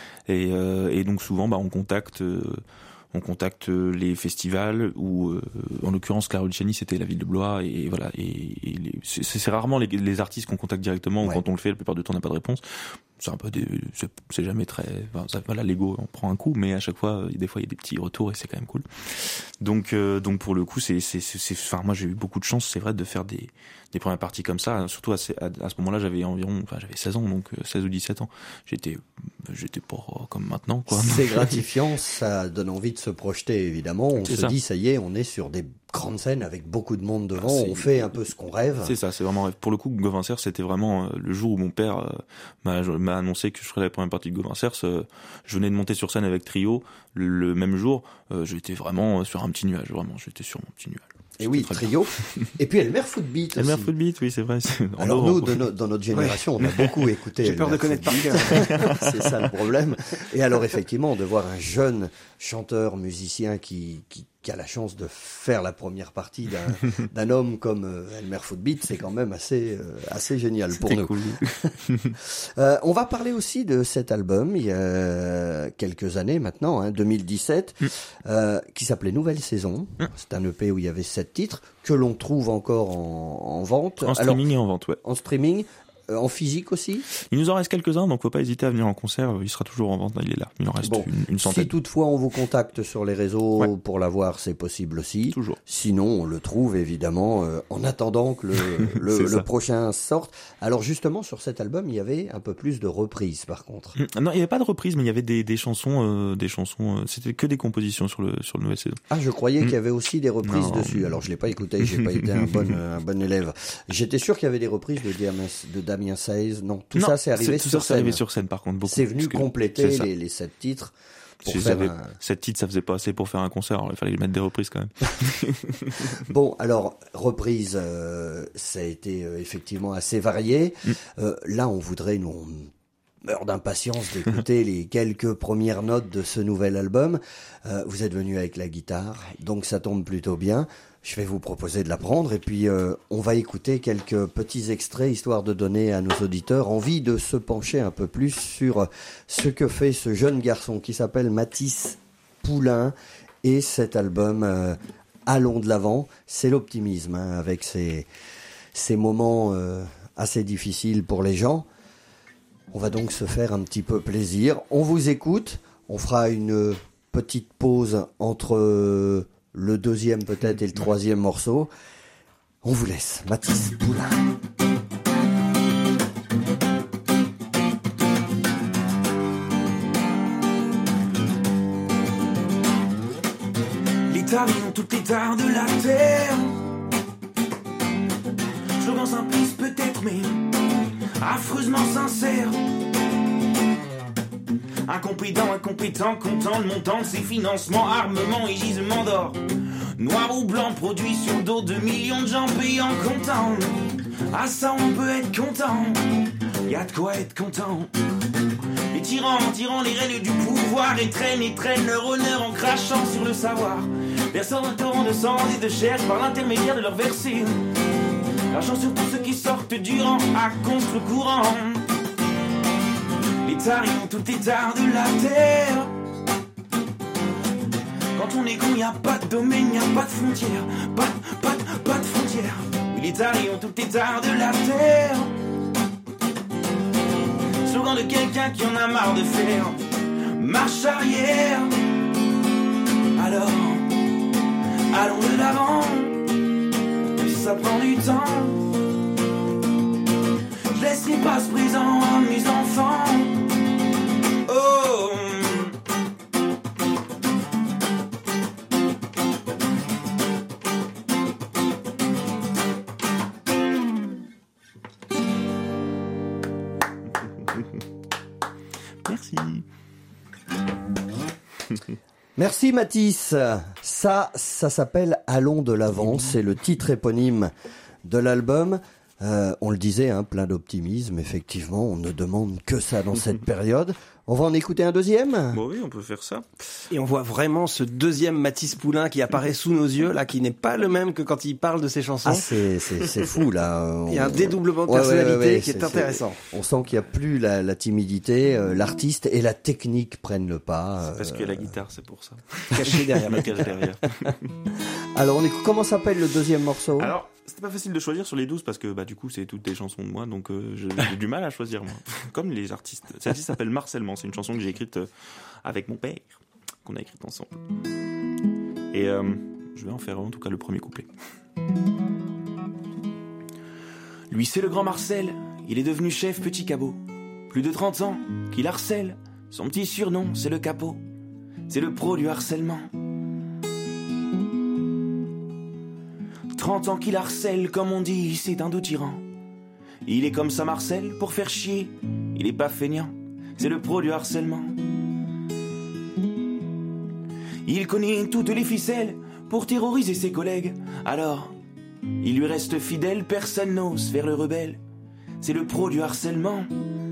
Et donc souvent on contacte les festivals ou en l'occurrence Clara Luciani c'était la ville de Blois, et voilà, c'est rarement les artistes qu'on contacte directement, ou quand on le fait la plupart du temps on n'a pas de réponse. C'est un peu c'est jamais très, l'ego on prend un coup, mais à chaque fois des fois il y a des petits retours et c'est quand même cool. Donc pour le coup moi j'ai eu beaucoup de chance, c'est vrai, de faire des premières parties comme ça, surtout à ce moment-là j'avais 16 ans, donc 16 ou 17 ans. J'étais pas comme maintenant, quoi. C'est gratifiant, ça donne envie de se projeter, évidemment. On se dit ça y est, on est sur des grandes scènes avec beaucoup de monde devant, on fait un peu ce qu'on rêve. C'est ça, c'est vraiment, pour le coup, Gauvin Cers, c'était vraiment le jour où mon père m'a annoncé que je ferais la première partie de Gauvin Cers. Je venais de monter sur scène avec Trio le même jour, j'étais vraiment sur un petit nuage, j'étais sur mon petit nuage. Et oui, Trio. Et puis Elmer Footbeat. Elmer Footbeat, oui, c'est vrai. Alors nous, dans notre génération, on a beaucoup écouté. J'ai peur de connaître par cœur. C'est ça le problème. Et alors effectivement, de voir un jeune chanteur, musicien qui a la chance de faire la première partie d'un homme comme Elmer Footbeat, c'est quand même assez génial pour nous. Cool. On va parler aussi de cet album il y a quelques années maintenant, 2017, qui s'appelait Nouvelle Saison. C'est un EP où il y avait 7 titres que l'on trouve encore en vente. En streaming et en vente, ouais. En streaming. En physique aussi? Il nous en reste quelques-uns, donc faut pas hésiter à venir en concert. Il sera toujours en vente, il est là. Il en reste une centaine. Si toutefois on vous contacte sur les réseaux pour l'avoir, c'est possible aussi. Toujours. Sinon, on le trouve évidemment en attendant que le prochain sorte. Alors justement, sur cet album, il y avait un peu plus de reprises par contre. Non, il n'y avait pas de reprises, mais il y avait des chansons, c'était que des compositions sur le Nouvelle Saison. Ah, je croyais qu'il y avait aussi des reprises dessus. Alors je l'ai pas écouté, j'ai pas été un bon élève. J'étais sûr qu'il y avait des reprises de Damien Saez. Non, ça c'est arrivé sur scène. C'est arrivé sur scène par contre, beaucoup. C'est venu compléter les 7 titres. Si j'avais 7 titres, ça faisait pas assez pour faire un concert, alors il fallait mettre des reprises quand même. Bon, alors, reprise, ça a été effectivement assez varié. Là, on meurt d'impatience d'écouter les quelques premières notes de ce nouvel album. Vous êtes venu avec la guitare, donc ça tombe plutôt bien. Je vais vous proposer de la prendre et puis on va écouter quelques petits extraits histoire de donner à nos auditeurs envie de se pencher un peu plus sur ce que fait ce jeune garçon qui s'appelle Mathis Poulain et cet album Allons de l'avant. C'est l'optimisme avec ces moments assez difficiles pour les gens. On va donc se faire un petit peu plaisir. On vous écoute. On fera une petite pause entre le deuxième peut-être et le troisième morceau. On vous laisse. Mathis Poulain. Les tarés ont toutes les tares de la terre. Slogan simpliste peut-être, mais affreusement sincère. Incompétent, content le montant de ses financements, armements et gisements d'or. Noir ou blanc, produit sur le dos de millions de gens payant comptant. Ah ça on peut être content, y'a de quoi être content. Les tyrans tirant les rênes du pouvoir étreignent leur honneur en crachant sur le savoir. Versant un torrent de sang et de chair par l'intermédiaire de leur versets. L'argent sur tous ceux qui sortent du rang à contre-courant. Les tares ont toutes les tares de la terre. Quand on est con, y a pas de domaine, y a pas de frontières. Pas de frontières. Oui, les taris ont tout état de la terre. Slogan de quelqu'un qui en a marre de faire marche arrière. Alors, allons de l'avant. Ça prend du temps. Je laisserai pas ce présent à mes enfants. Oh. Merci. Merci Mathis. Ça s'appelle Allons de l'avant. C'est le titre éponyme de l'album. On le disait, plein d'optimisme. Effectivement, on ne demande que ça dans cette période. On va en écouter un deuxième ? Bon, oui, on peut faire ça. Et on voit vraiment ce deuxième Mathis Poulain qui apparaît sous nos yeux, là, qui n'est pas le même que quand il parle de ses chansons. Ah, c'est fou, là. Il y a un dédoublement de personnalité qui est intéressant. On sent qu'il n'y a plus la timidité, l'artiste et la technique prennent le pas. C'est parce que la guitare, c'est pour ça. Caché derrière. Me cache derrière. Alors, comment s'appelle le deuxième morceau ? Alors, c'était pas facile de choisir sur les 12 parce que du coup c'est toutes des chansons de moi, donc j'ai du mal à choisir moi. Comme les artistes. Celle-ci s'appelle Marcellement, c'est une chanson que j'ai écrite avec mon père, qu'on a écrite ensemble. Et je vais en faire en tout cas le premier couplet. Lui c'est le grand Marcel, il est devenu chef petit cabot. Plus de 30 ans qu'il harcèle, son petit surnom c'est le capot. C'est le pro du harcèlement. 30 ans qu'il harcèle, comme on dit, c'est un doux tyran. Il est comme ça Marcel, pour faire chier, il est pas feignant. C'est le pro du harcèlement. Il connaît toutes les ficelles pour terroriser ses collègues. Alors, il lui reste fidèle, personne n'ose faire le rebelle. C'est le pro du harcèlement.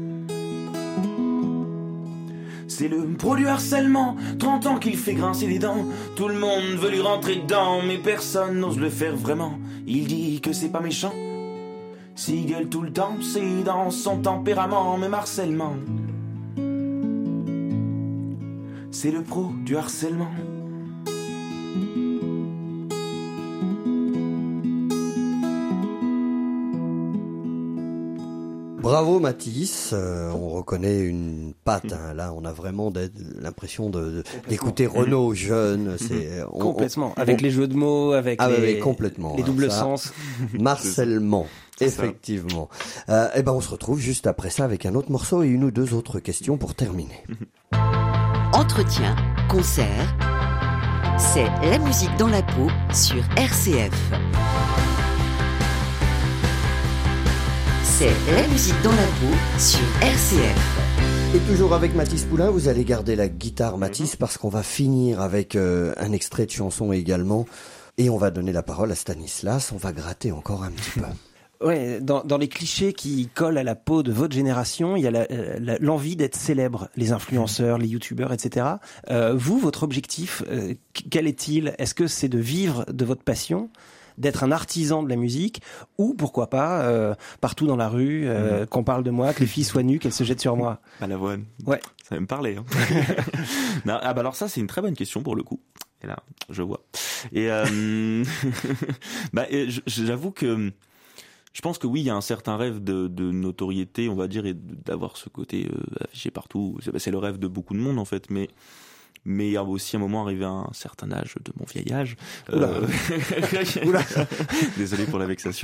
C'est le pro du harcèlement, 30 ans qu'il fait grincer les dents. Tout le monde veut lui rentrer dedans, mais personne n'ose le faire vraiment. Il dit que c'est pas méchant, s'il gueule tout le temps, c'est dans son tempérament. Mais harcèlement, c'est le pro du harcèlement. Bravo Mathis, on reconnaît une patte, là on a vraiment l'impression d'écouter Renaud jeune. Complètement, avec les jeux de mots, avec les doubles sens. Marcellement, effectivement. Et on se retrouve juste après ça avec un autre morceau et une ou deux autres questions pour terminer. Entretien, concert, c'est la musique dans la peau sur RCF. C'est la musique dans la peau sur RCF. Et toujours avec Mathis Poulain, vous allez garder la guitare Mathis parce qu'on va finir avec un extrait de chanson également. Et on va donner la parole à Stanislas, on va gratter encore un petit peu. Ouais, dans les clichés qui collent à la peau de votre génération, il y a l'envie d'être célèbre, les influenceurs, les youtubeurs, etc. Vous, votre objectif, quel est-il ? Est-ce que c'est de vivre de votre passion ? D'être un artisan de la musique, ou pourquoi pas partout dans la rue qu'on parle de moi, que les filles soient nues, qu'elles se jettent sur moi. À l'avoine. Ouais. Ça va me parler. Non, alors ça c'est une très bonne question pour le coup. Et là, je vois. Et j'avoue que je pense que oui, il y a un certain rêve de notoriété, on va dire, et d'avoir ce côté affiché partout. C'est le rêve de beaucoup de monde en fait, mais il y a aussi un moment arrivé à un certain âge de mon vieil âge. Oula. Désolé pour la vexation.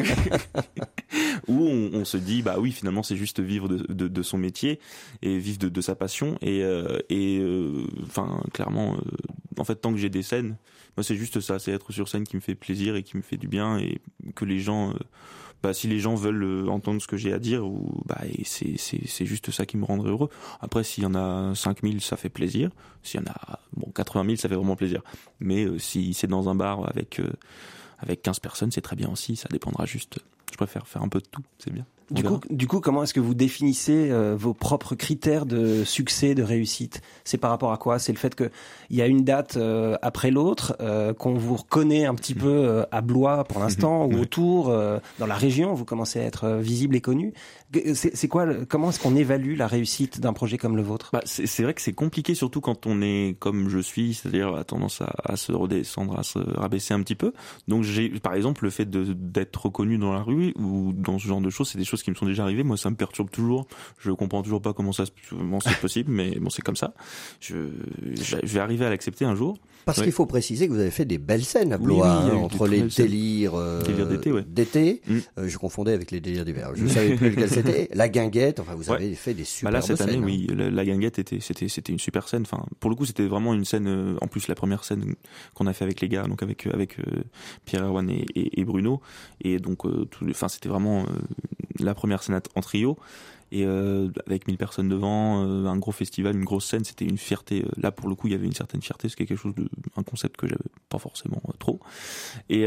Où on se dit, bah oui, finalement, c'est juste vivre de son métier et vivre de sa passion. Enfin, clairement, en fait, tant que j'ai des scènes, moi, c'est juste ça, c'est être sur scène qui me fait plaisir et qui me fait du bien et que les gens, si les gens veulent entendre ce que j'ai à dire, c'est juste ça qui me rendrait heureux. Après, s'il y en a 5000, ça fait plaisir. S'il y en a 80 000, ça fait vraiment plaisir. Mais si c'est dans un bar avec 15 personnes, c'est très bien aussi. Ça dépendra juste. Je préfère faire un peu de tout, c'est bien. Du coup, comment est-ce que vous définissez vos propres critères de succès, de réussite? C'est par rapport à quoi? C'est le fait qu'il y a une date après l'autre, qu'on vous reconnaît un petit peu à Blois pour l'instant, ou autour, dans la région, vous commencez à être visible et connu. C'est quoi? Comment est-ce qu'on évalue la réussite d'un projet comme le vôtre? C'est vrai que c'est compliqué, surtout quand on est comme je suis, c'est-à-dire à tendance à se redescendre, à se rabaisser un petit peu. Donc par exemple, le fait d'être reconnu dans la rue ou dans ce genre de choses, c'est des choses qui me sont déjà arrivées. Moi, ça me perturbe toujours. Je comprends toujours pas comment c'est possible, mais bon, c'est comme ça. Je vais arriver à l'accepter un jour. Parce qu'il faut préciser que vous avez fait des belles scènes à Blois, entre les délires d'été. Je confondais avec les délires d'hiver. Je savais plus lequel c'était. La Guinguette. Enfin, vous avez fait des superbes scènes. Là, cette année, oui, la Guinguette c'était une super scène. Enfin, pour le coup, c'était vraiment une scène. En plus, la première scène qu'on a fait avec les gars, donc avec Pierre Erwan et Bruno. Et donc, c'était vraiment la première scène en trio. Et avec 1000 personnes devant, un gros festival, une grosse scène, c'était une fierté. Là, pour le coup, il y avait une certaine fierté, c'était quelque chose un concept que j'avais pas forcément trop. Et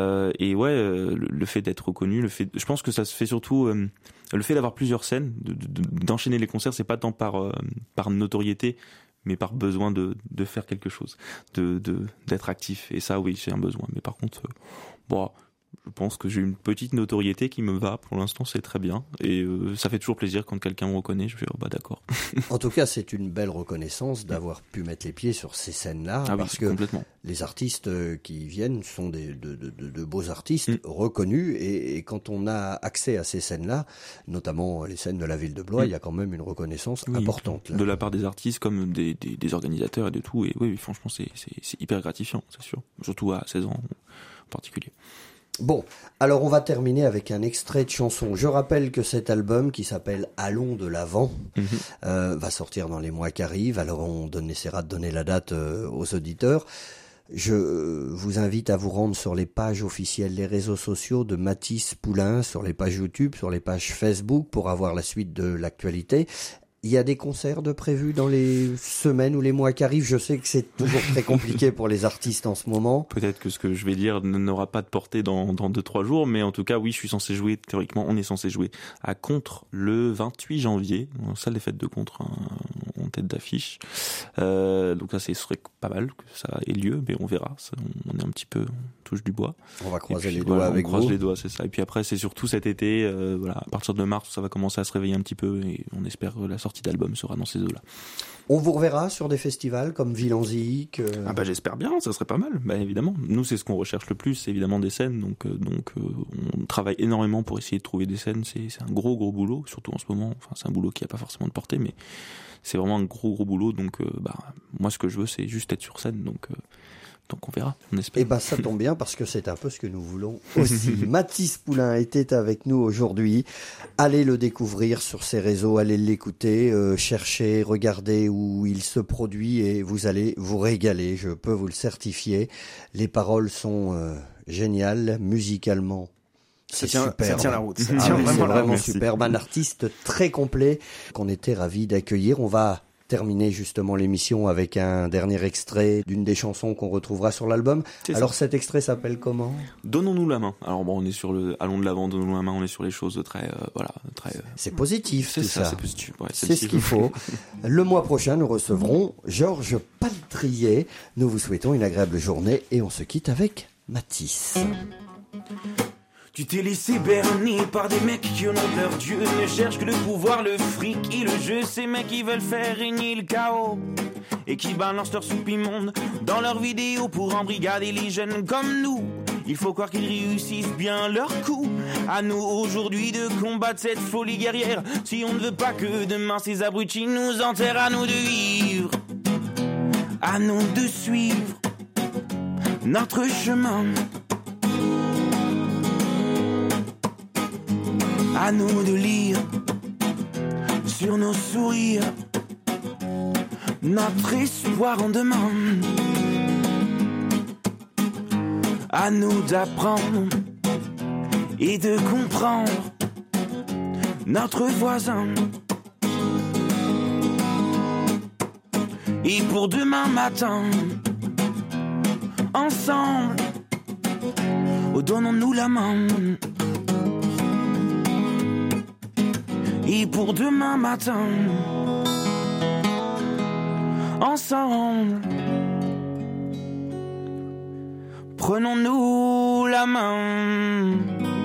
le fait d'être reconnu, je pense que ça se fait surtout, le fait d'avoir plusieurs scènes, d'enchaîner les concerts, c'est pas tant par notoriété, mais par besoin de faire quelque chose, d'être actif. Et ça, oui, c'est un besoin. Mais par contre, je pense que j'ai une petite notoriété qui me va. Pour l'instant, c'est très bien. Et ça fait toujours plaisir quand quelqu'un me reconnaît. Je fais, d'accord. En tout cas, c'est une belle reconnaissance d'avoir pu mettre les pieds sur ces scènes-là. Parce que les artistes qui viennent sont de beaux artistes reconnus. Et quand on a accès à ces scènes-là, notamment les scènes de la ville de Blois, il y a quand même une reconnaissance importante. Là. De la part des artistes comme des organisateurs et de tout. Et oui, franchement, c'est hyper gratifiant, c'est sûr. Surtout à 16 ans en particulier. Bon, alors on va terminer avec un extrait de chanson. Je rappelle que cet album qui s'appelle Allons de l'avant va sortir dans les mois qui arrivent. Alors on essaiera de donner la date aux auditeurs. Je vous invite à vous rendre sur les pages officielles, les réseaux sociaux de Mathis Poulain, sur les pages YouTube, sur les pages Facebook pour avoir la suite de l'actualité. Il y a des concerts de prévus dans les semaines ou les mois qui arrivent. Je sais que c'est toujours très compliqué pour les artistes en ce moment. Peut-être que ce que je vais dire n'aura pas de portée dans 2-3 jours, mais en tout cas, oui, je suis censé jouer, théoriquement, on est censé jouer à Contre le 28 janvier, en salle des fêtes de Contre, en tête d'affiche. Donc ça, ce serait pas mal que ça ait lieu, mais on verra. Ça, on est un petit peu, on touche du bois. On va croiser les doigts avec vous. On croise les doigts, c'est ça. Et puis après, c'est surtout cet été, à partir de mars, ça va commencer à se réveiller un petit peu, et on espère que la sortie d'album sera dans ces eaux-là. On vous reverra sur des festivals comme Villanzic j'espère bien, ça serait pas mal. Évidemment, nous c'est ce qu'on recherche le plus, c'est évidemment des scènes, donc on travaille énormément pour essayer de trouver des scènes. C'est un gros boulot, surtout en ce moment. Enfin, c'est un boulot qui a pas forcément de portée, mais c'est vraiment un gros boulot. Donc moi ce que je veux, c'est juste être sur scène. Donc on verra, on espère. Et ça tombe bien parce que c'est un peu ce que nous voulons aussi. Mathis Poulain était avec nous aujourd'hui. Allez le découvrir sur ses réseaux, allez l'écouter, cherchez, regardez où il se produit et vous allez vous régaler, je peux vous le certifier. Les paroles sont géniales, musicalement. Ça tient la route. C'est vraiment superbe. Un artiste très complet qu'on était ravis d'accueillir. On va terminer justement l'émission avec un dernier extrait d'une des chansons qu'on retrouvera sur l'album. Alors cet extrait s'appelle comment ? Donnons-nous la main. Alors on est sur le Allons de l'avant, donnons-nous la main, on est sur les choses très c'est positif tout ça. C'est positif. Ouais, c'est ce qu'il faut. Le mois prochain, nous recevrons Georges Paltrier. Nous vous souhaitons une agréable journée et on se quitte avec Mathis. Tu t'es laissé berner par des mecs qui en ont peur. Dieu ne cherche que le pouvoir, le fric et le jeu. Ces mecs qui veulent faire régner le chaos et qui balancent leur soupe immonde dans leurs vidéos pour embrigader les jeunes comme nous. Il faut croire qu'ils réussissent bien leur coup. À nous aujourd'hui de combattre cette folie guerrière. Si on ne veut pas que demain ces abrutis nous enterrent, à nous de vivre, à nous de suivre notre chemin. À nous de lire sur nos sourires notre espoir en demain. À nous d'apprendre et de comprendre notre voisin. Et pour demain matin, ensemble, donnons-nous la main. et pour demain matin. Ensemble, prenons-nous la main.